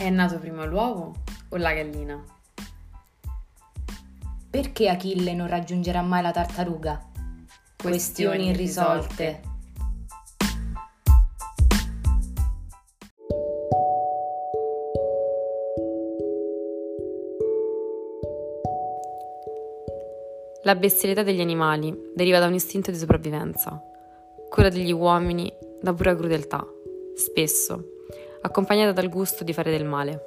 È nato prima l'uovo o la gallina? Perché Achille non raggiungerà mai la tartaruga? Questioni irrisolte. La bestialità degli animali deriva da un istinto di sopravvivenza, quella degli uomini da pura crudeltà, spesso accompagnata dal gusto di fare del male.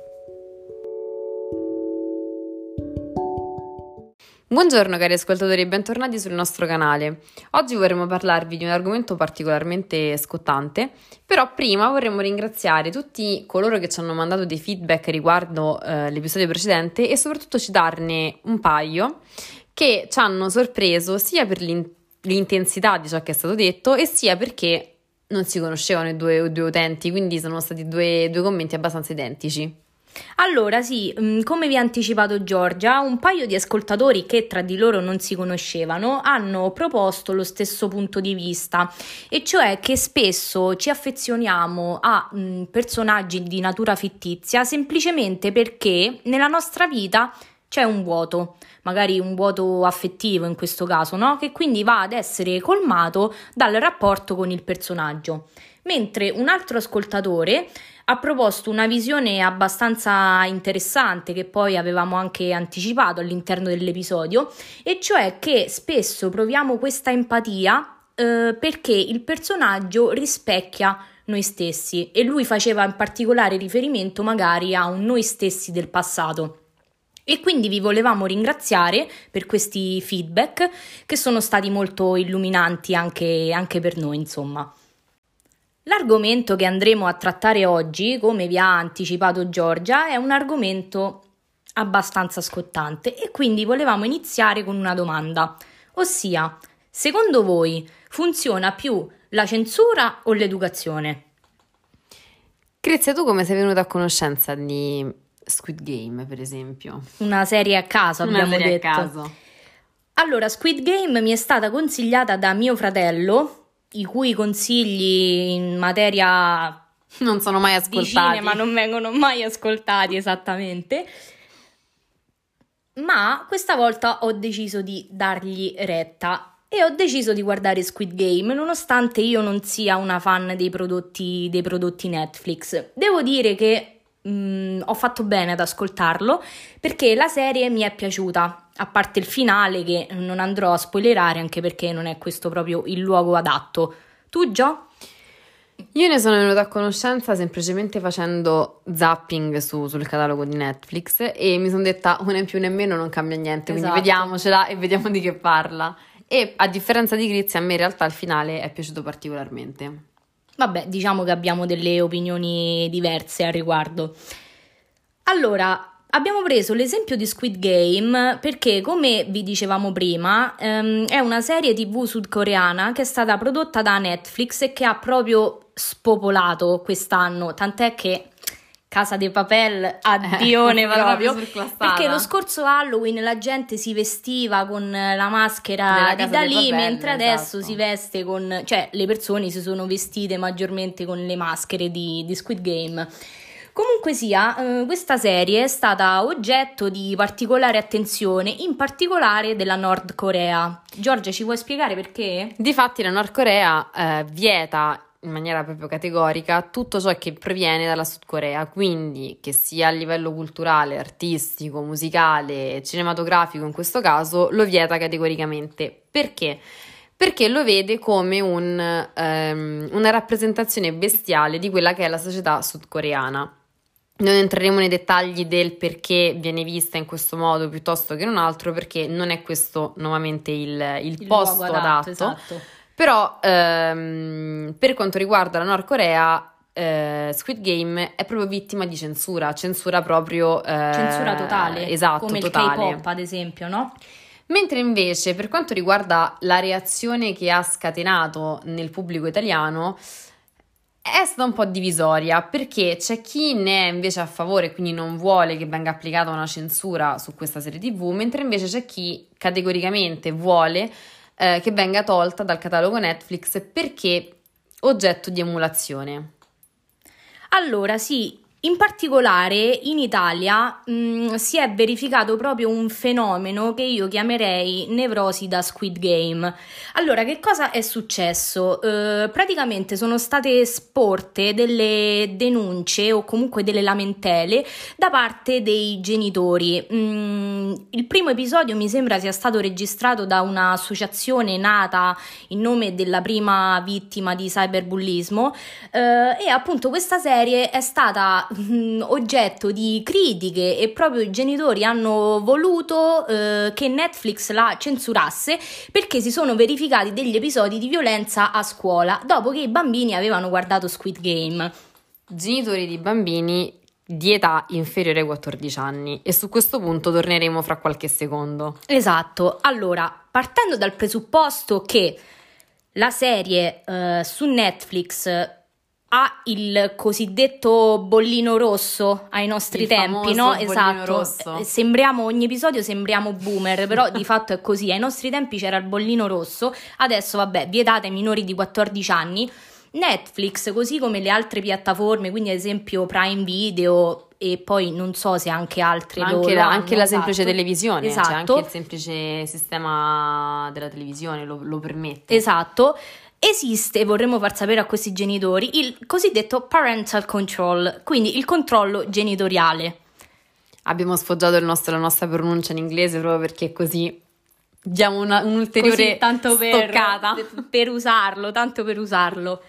Buongiorno cari ascoltatori e bentornati sul nostro canale. Oggi vorremmo parlarvi di un argomento particolarmente scottante, però prima vorremmo ringraziare tutti coloro che ci hanno mandato dei feedback riguardo l'episodio precedente e soprattutto citarne un paio che ci hanno sorpreso sia per l'intensità di ciò che è stato detto e sia perché non si conoscevano i due utenti, quindi sono stati due commenti abbastanza identici. Allora sì, come vi ha anticipato Giorgia, un paio di ascoltatori che tra di loro non si conoscevano hanno proposto lo stesso punto di vista, e cioè che spesso ci affezioniamo a personaggi di natura fittizia semplicemente perché nella nostra vita c'è un vuoto, magari un vuoto affettivo in questo caso, no? Che quindi va ad essere colmato dal rapporto con il personaggio. Mentre un altro ascoltatore ha proposto una visione abbastanza interessante che poi avevamo anche anticipato all'interno dell'episodio, e cioè che spesso proviamo questa empatia perché il personaggio rispecchia noi stessi, e lui faceva in particolare riferimento magari a un noi stessi del passato. E quindi vi volevamo ringraziare per questi feedback che sono stati molto illuminanti anche per noi, insomma. L'argomento che andremo a trattare oggi, come vi ha anticipato Giorgia, è un argomento abbastanza scottante e quindi volevamo iniziare con una domanda, ossia, secondo voi funziona più la censura o l'educazione? Crizia, tu come sei venuta a conoscenza di Squid Game, per esempio? Una serie a caso, abbiamo Una serie detto. a caso. Allora, Squid Game mi è stata consigliata da mio fratello, i cui consigli in materia Non sono mai di ascoltati. cinema non vengono mai ascoltati esattamente, ma questa volta ho deciso di dargli retta e ho deciso di guardare Squid Game, nonostante io non sia una fan dei prodotti Netflix. Devo dire che ho fatto bene ad ascoltarlo perché la serie mi è piaciuta, a parte il finale che non andrò a spoilerare anche perché non è questo proprio il luogo adatto. Tu, Gio? Io ne sono venuta a conoscenza semplicemente facendo zapping sul catalogo di Netflix e mi sono detta una in più né meno non cambia niente, quindi Esatto. vediamocela e vediamo di che parla. E a differenza di Grizia, a me in realtà il finale è piaciuto particolarmente. Vabbè, diciamo che abbiamo delle opinioni diverse al riguardo. Allora, abbiamo preso l'esempio di Squid Game perché, come vi dicevamo prima, è una serie TV sudcoreana che è stata prodotta da Netflix e che ha proprio spopolato quest'anno, tant'è che Casa de Papel, addione proprio, perché lo scorso Halloween la gente si vestiva con la maschera Della di Casa de Dalì, Papel, mentre adesso esatto. si veste con, cioè le persone si sono vestite maggiormente con le maschere di Squid Game. Comunque sia, questa serie è stata oggetto di particolare attenzione, in particolare della Nord Corea. Giorgia, ci vuoi spiegare perché? Difatti la Nord Corea vieta in maniera proprio categorica tutto ciò che proviene dalla Sud Corea, quindi che sia a livello culturale, artistico, musicale, cinematografico in questo caso, lo vieta categoricamente. Perché? Perché lo vede come una rappresentazione bestiale di quella che è la società sudcoreana. Non entreremo nei dettagli del perché viene vista in questo modo piuttosto che in un altro, perché non è questo nuovamente il posto luogo adatto. esatto. Però per quanto riguarda la Nord Corea, Squid Game è proprio vittima di censura proprio... Censura totale, esatto, come totale. il K-pop ad esempio, no? Mentre invece per quanto riguarda la reazione che ha scatenato nel pubblico italiano, è stata un po' divisoria, perché c'è chi ne è invece a favore, quindi non vuole che venga applicata una censura su questa serie TV, mentre invece c'è chi categoricamente vuole che venga tolta dal catalogo Netflix perché oggetto di emulazione. Allora sì, In particolare in Italia si è verificato proprio un fenomeno che io chiamerei nevrosi da Squid Game. Allora, che cosa è successo? Praticamente sono state sporte delle denunce o comunque delle lamentele da parte dei genitori. Il primo episodio mi sembra sia stato registrato da un'associazione nata in nome della prima vittima di cyberbullismo, e appunto questa serie è stata oggetto di critiche e proprio i genitori hanno voluto che Netflix la censurasse perché si sono verificati degli episodi di violenza a scuola dopo che i bambini avevano guardato Squid Game. Genitori di bambini di età inferiore ai 14 anni, e su questo punto torneremo fra qualche secondo. Esatto, allora, partendo dal presupposto che la serie su Netflix ha il cosiddetto bollino rosso ai nostri tempi, no? Esatto. Sembriamo, ogni episodio sembriamo boomer, però di fatto è così. Ai nostri tempi c'era il bollino rosso, adesso vabbè, vietate ai minori di 14 anni. Netflix, così come le altre piattaforme, quindi ad esempio Prime Video e poi non so se anche altre, anche la semplice televisione, esatto. Cioè anche il semplice sistema della televisione lo permette. Esatto. Esiste, vorremmo far sapere a questi genitori, il cosiddetto parental control, quindi il controllo genitoriale. Abbiamo sfoggiato la nostra pronuncia in inglese proprio perché così diamo un'ulteriore stoccata. Per usarlo, tanto per usarlo.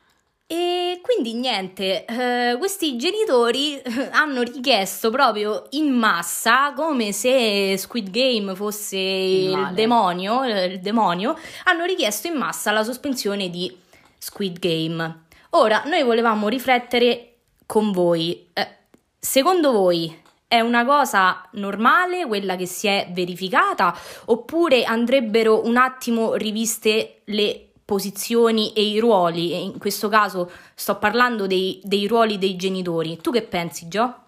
E quindi niente, questi genitori hanno richiesto proprio in massa, come se Squid Game fosse il demonio, hanno richiesto in massa la sospensione di Squid Game. Ora, noi volevamo riflettere con voi. Secondo voi è una cosa normale quella che si è verificata, oppure andrebbero un attimo riviste le posizioni e i ruoli? E in questo caso sto parlando dei ruoli dei genitori. Tu che pensi, Gio?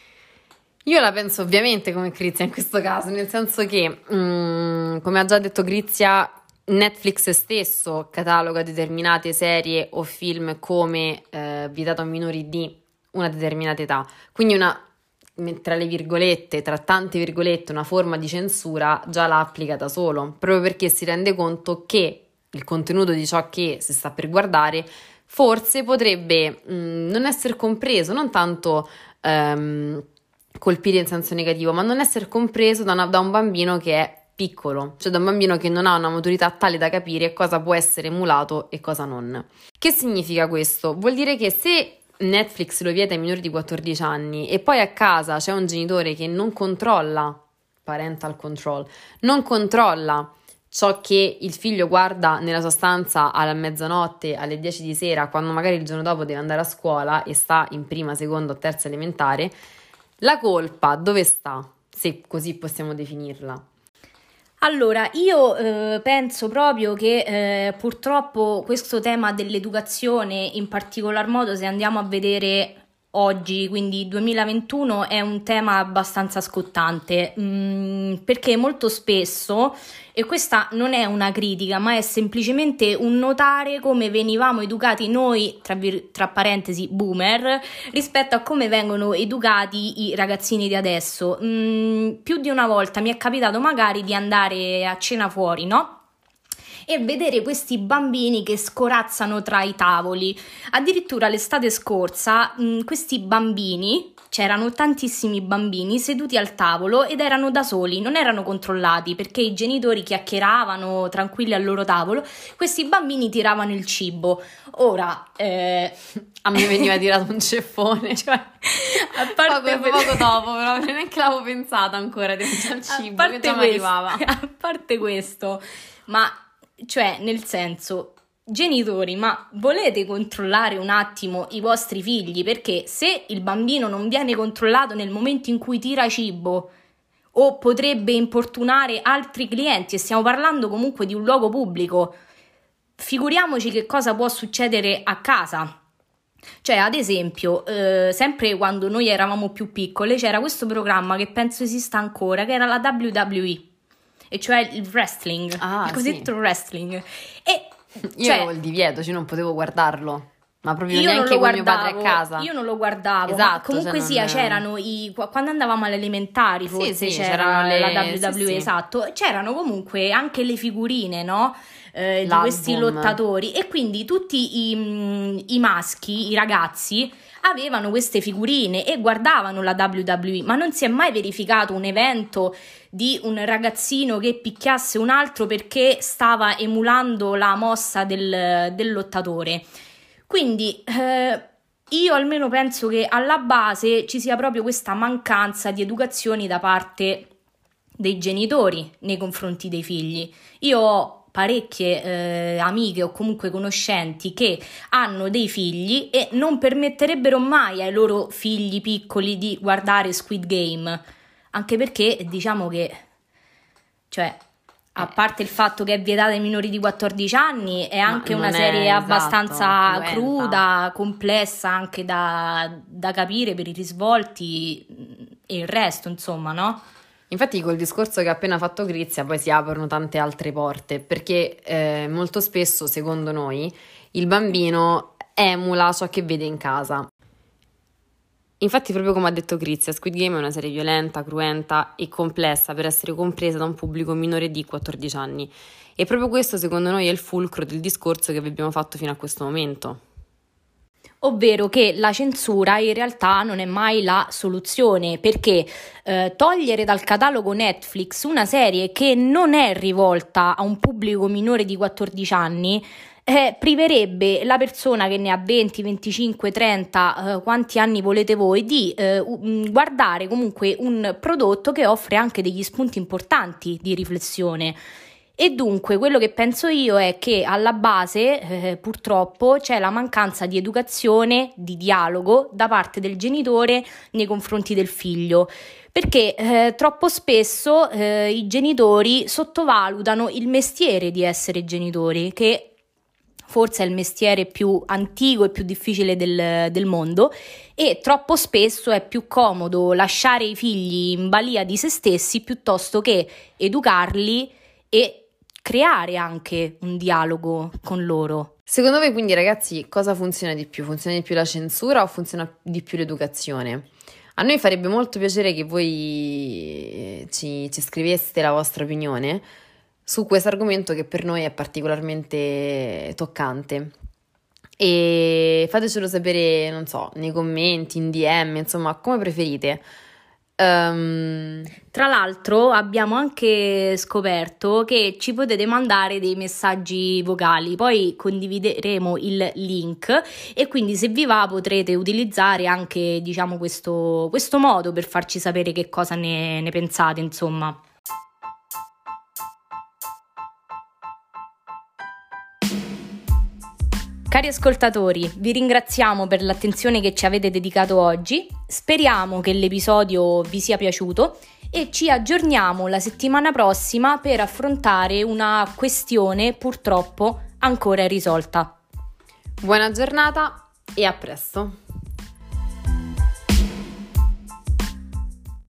Io la penso ovviamente come Grizia in questo caso, nel senso che, come ha già detto Grizia, Netflix stesso cataloga determinate serie o film come vietato a minori di una determinata età, quindi tra le virgolette, tra tante virgolette, una forma di censura già l'ha applicata solo, proprio perché si rende conto che il contenuto di ciò che si sta per guardare forse potrebbe non essere compreso, non tanto colpire in senso negativo, ma non essere compreso da un bambino che è piccolo, cioè da un bambino che non ha una maturità tale da capire cosa può essere emulato e cosa non. Che significa questo? Vuol dire che se Netflix lo vieta ai minori di 14 anni e poi a casa c'è un genitore che non controlla, parental control, non controlla ciò che il figlio guarda nella sua stanza alla mezzanotte, alle 10 di sera, quando magari il giorno dopo deve andare a scuola e sta in prima, seconda o terza elementare, la colpa dove sta, se così possiamo definirla? Allora, io penso proprio che purtroppo questo tema dell'educazione, in particolar modo se andiamo a vedere oggi, quindi 2021, è un tema abbastanza scottante, perché molto spesso, e questa non è una critica, ma è semplicemente un notare come venivamo educati noi, tra parentesi boomer, rispetto a come vengono educati i ragazzini di adesso. Più di una volta mi è capitato magari di andare a cena fuori, no? E vedere questi bambini che scorazzano tra i tavoli. Addirittura l'estate scorsa questi bambini, c'erano tantissimi bambini seduti al tavolo ed erano da soli, non erano controllati perché i genitori chiacchieravano tranquilli al loro tavolo, questi bambini tiravano il cibo. Ora a me veniva tirato un ceffone, cioè a parte poco dopo, però neanche l'avevo pensato ancora di mangiare il cibo, che già mi arrivava. A parte questo, ma cioè nel senso, genitori, ma volete controllare un attimo i vostri figli? Perché se il bambino non viene controllato nel momento in cui tira cibo o potrebbe importunare altri clienti, e stiamo parlando comunque di un luogo pubblico, figuriamoci che cosa può succedere a casa. Cioè, ad esempio, sempre quando noi eravamo più piccole c'era questo programma che penso esista ancora, che era la WWE, e cioè il wrestling, il cosiddetto wrestling. E io avevo il divieto, cioè non potevo guardarlo. Ma proprio neanche con mio padre a casa? Io non lo guardavo, esatto, ma comunque cioè sia, non... c'erano quando andavamo alle elementari forse Sì, c'era c'erano la le... WWE, sì. esatto, c'erano comunque anche le figurine, no? Di questi L'album. lottatori, e quindi tutti i maschi, i ragazzi, avevano queste figurine e guardavano la WWE, ma non si è mai verificato un evento di un ragazzino che picchiasse un altro perché stava emulando la mossa del lottatore. Quindi io almeno penso che alla base ci sia proprio questa mancanza di educazione da parte dei genitori nei confronti dei figli. Io ho parecchie amiche o comunque conoscenti che hanno dei figli e non permetterebbero mai ai loro figli piccoli di guardare Squid Game, anche perché diciamo che, cioè, a parte il fatto che è vietata ai minori di 14 anni, è anche una serie abbastanza cruda, complessa anche da capire per i risvolti e il resto, insomma, no? Infatti col discorso che ha appena fatto Grizia poi si aprono tante altre porte, perché molto spesso, secondo noi, il bambino emula ciò che vede in casa. Infatti, proprio come ha detto Grizia, Squid Game è una serie violenta, cruenta e complessa per essere compresa da un pubblico minore di 14 anni. E proprio questo, secondo noi, è il fulcro del discorso che vi abbiamo fatto fino a questo momento. Ovvero che la censura in realtà non è mai la soluzione, perché togliere dal catalogo Netflix una serie che non è rivolta a un pubblico minore di 14 anni priverebbe la persona che ne ha 20, 25, 30, quanti anni volete voi, di guardare comunque un prodotto che offre anche degli spunti importanti di riflessione. E dunque quello che penso io è che alla base purtroppo c'è la mancanza di educazione, di dialogo da parte del genitore nei confronti del figlio, perché troppo spesso i genitori sottovalutano il mestiere di essere genitori, che forse è il mestiere più antico e più difficile del mondo, e troppo spesso è più comodo lasciare i figli in balia di se stessi piuttosto che educarli e creare anche un dialogo con loro. Secondo voi quindi, ragazzi, cosa funziona di più? Funziona di più la censura o funziona di più l'educazione? A noi farebbe molto piacere che voi ci scriveste la vostra opinione su questo argomento che per noi è particolarmente toccante. E fatecelo sapere, non so, nei commenti, in DM, insomma, come preferite. Tra l'altro abbiamo anche scoperto che ci potete mandare dei messaggi vocali, poi condivideremo il link e quindi se vi va potrete utilizzare anche, diciamo, questo modo per farci sapere che cosa ne pensate, insomma. Cari ascoltatori, vi ringraziamo per l'attenzione che ci avete dedicato oggi, speriamo che l'episodio vi sia piaciuto e ci aggiorniamo la settimana prossima per affrontare una questione purtroppo ancora irrisolta. Buona giornata e a presto!